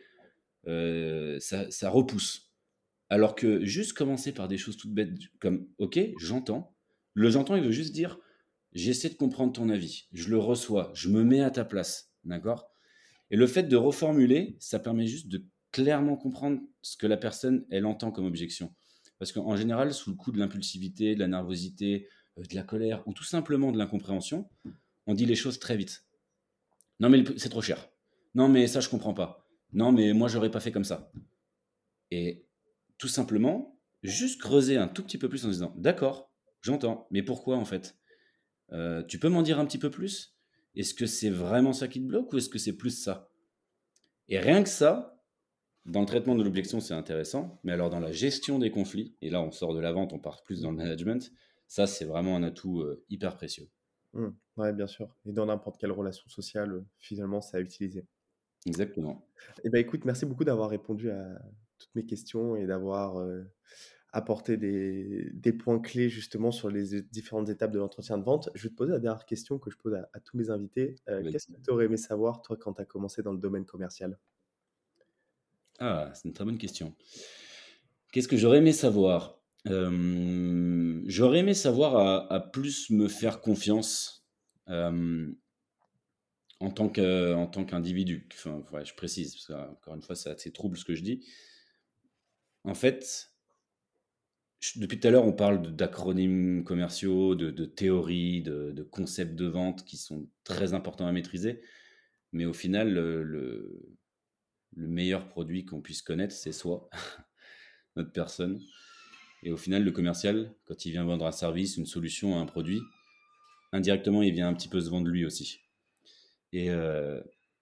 euh, ça, ça repousse. Alors que juste commencer par des choses toutes bêtes comme ok, j'entends. Le j'entends, il veut juste dire j'essaie de comprendre ton avis, je le reçois, je me mets à ta place, d'accord? Et le fait de reformuler, ça permet juste de clairement comprendre ce que la personne, elle entend comme objection. Parce qu'en général, sous le coup de l'impulsivité, de la nervosité, euh, de la colère ou tout simplement de l'incompréhension, on dit les choses très vite. Non, mais le- c'est trop cher. Non, mais ça, je comprends pas. Non, mais moi, j'aurais pas fait comme ça. Et tout simplement, juste creuser un tout petit peu plus en se disant, d'accord, j'entends, mais pourquoi en fait? Euh, tu peux m'en dire un petit peu plus? Est-ce que c'est vraiment ça qui te bloque ou est-ce que c'est plus ça? Et rien que ça, dans le traitement de l'objection, c'est intéressant, mais alors dans la gestion des conflits, et là on sort de la vente, on part plus dans le management, ça c'est vraiment un atout euh, hyper précieux. Mmh. Ouais, bien sûr. Et dans n'importe quelle relation sociale, euh, finalement, c'est à utiliser. Exactement. Eh ben, écoute, merci beaucoup d'avoir répondu à toutes mes questions et d'avoir euh, apporté des, des points clés justement sur les é- différentes étapes de l'entretien de vente. Je vais te poser la dernière question que je pose à, à tous mes invités. Euh, qu'est-ce que Vas-y. tu aurais aimé savoir, toi, quand tu as commencé dans le domaine commercial? Ah, c'est une très bonne question. Qu'est-ce que j'aurais aimé savoir? Euh, J'aurais aimé savoir à, à plus me faire confiance euh, en tant que, en tant qu'individu. Enfin, ouais, je précise, parce que, encore une fois, c'est assez trouble ce que je dis. En fait, je- depuis tout à l'heure, on parle de- d'acronymes commerciaux, de, de théories, de, de concepts de vente qui sont très importants à maîtriser. Mais au final, le, le- le meilleur produit qu'on puisse connaître, c'est soi, notre personne. Et au final, le commercial, quand il vient vendre un service, une solution, un produit, indirectement, il vient un petit peu se vendre lui aussi. Et euh,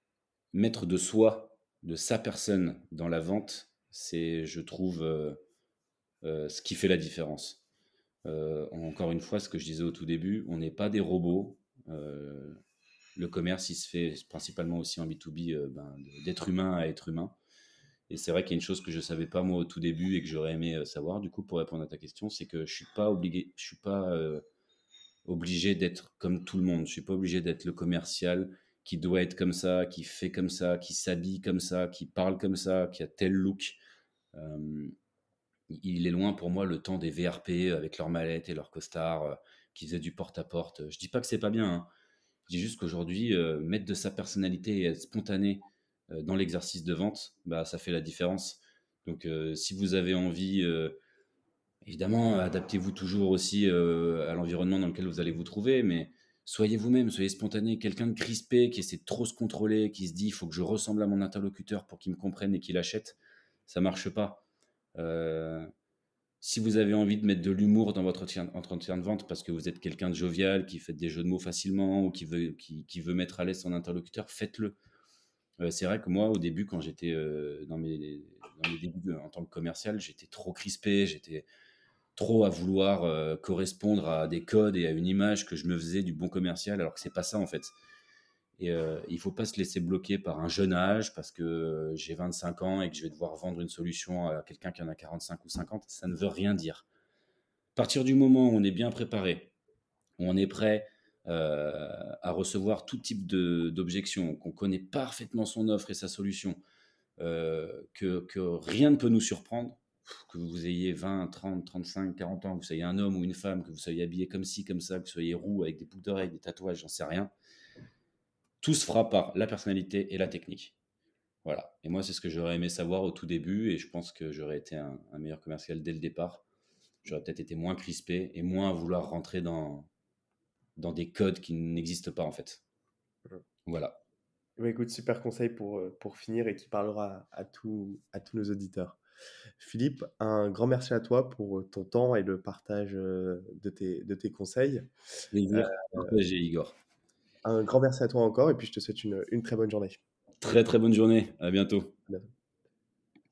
mettre de soi, de sa personne dans la vente, c'est, je trouve, euh, euh, ce qui fait la différence. Euh, encore une fois, ce que je disais au tout début, on n'est pas des robots. Euh, le commerce, il se fait principalement aussi en B deux B, euh, ben, d'être humain à être humain. Et c'est vrai qu'il y a une chose que je ne savais pas moi au tout début et que j'aurais aimé euh, savoir, du coup, pour répondre à ta question, c'est que je ne suis pas obligé, je suis pas euh, obligé d'être comme tout le monde. Je ne suis pas obligé d'être le commercial qui doit être comme ça, qui fait comme ça, qui s'habille comme ça, qui parle comme ça, qui a tel look. Euh, il est loin pour moi le temps des V R P avec leurs mallettes et leurs costards euh, qui faisaient du porte-à-porte. Je dis pas que c'est pas bien, hein. Je dis juste qu'aujourd'hui, euh, mettre de sa personnalité et être spontané euh, dans l'exercice de vente, bah, ça fait la différence. Donc, euh, si vous avez envie, euh, évidemment, adaptez-vous toujours aussi euh, à l'environnement dans lequel vous allez vous trouver, mais soyez vous-même, soyez spontané. Quelqu'un de crispé qui essaie de trop se contrôler, qui se dit il faut que je ressemble à mon interlocuteur pour qu'il me comprenne et qu'il achète, ça marche pas. Euh, Si vous avez envie de mettre de l'humour dans votre entretien, entretien de vente parce que vous êtes quelqu'un de jovial, qui fait des jeux de mots facilement ou qui veut, qui, qui veut mettre à l'aise son interlocuteur, faites-le. Euh, c'est vrai que moi, au début, quand j'étais euh, dans, mes, dans mes débuts de- en tant que commercial, j'étais trop crispé, j'étais trop à vouloir euh, correspondre à des codes et à une image que je me faisais du bon commercial, alors que c'est pas ça en fait. Et euh, il faut pas se laisser bloquer par un jeune âge parce que euh, j'ai vingt-cinq ans et que je vais devoir vendre une solution à quelqu'un qui en a quarante-cinq ou cinquante. Ça ne veut rien dire. À partir du moment où on est bien préparé, où on est prêt euh, à recevoir tout type de, d'objection, qu'on connaît parfaitement son offre et sa solution, euh, que, que rien ne peut nous surprendre, que vous ayez vingt, trente, trente-cinq, quarante ans, que vous soyez un homme ou une femme, que vous soyez habillé comme ci, comme ça, que vous soyez roux avec des boucles d'oreilles, des tatouages, j'en sais rien, tout se fera par la personnalité et la technique. Voilà. Et moi, c'est ce que j'aurais aimé savoir au tout début, et je pense que j'aurais été un, un meilleur commercial dès le départ. J'aurais peut-être été moins crispé et moins à vouloir rentrer dans, dans des codes qui n'existent pas en fait. Mhm. Voilà. Eh ben, écoute, super conseil pour, euh, pour finir et qui parlera à, tout- à tous nos auditeurs. Philippe, un grand merci à toi pour euh, ton temps et le partage euh, de tes, de tes conseils. Plaisir partagé, Igor. Un grand merci à toi encore et puis je te souhaite une une très bonne journée. Très très bonne journée. À bientôt. À bientôt.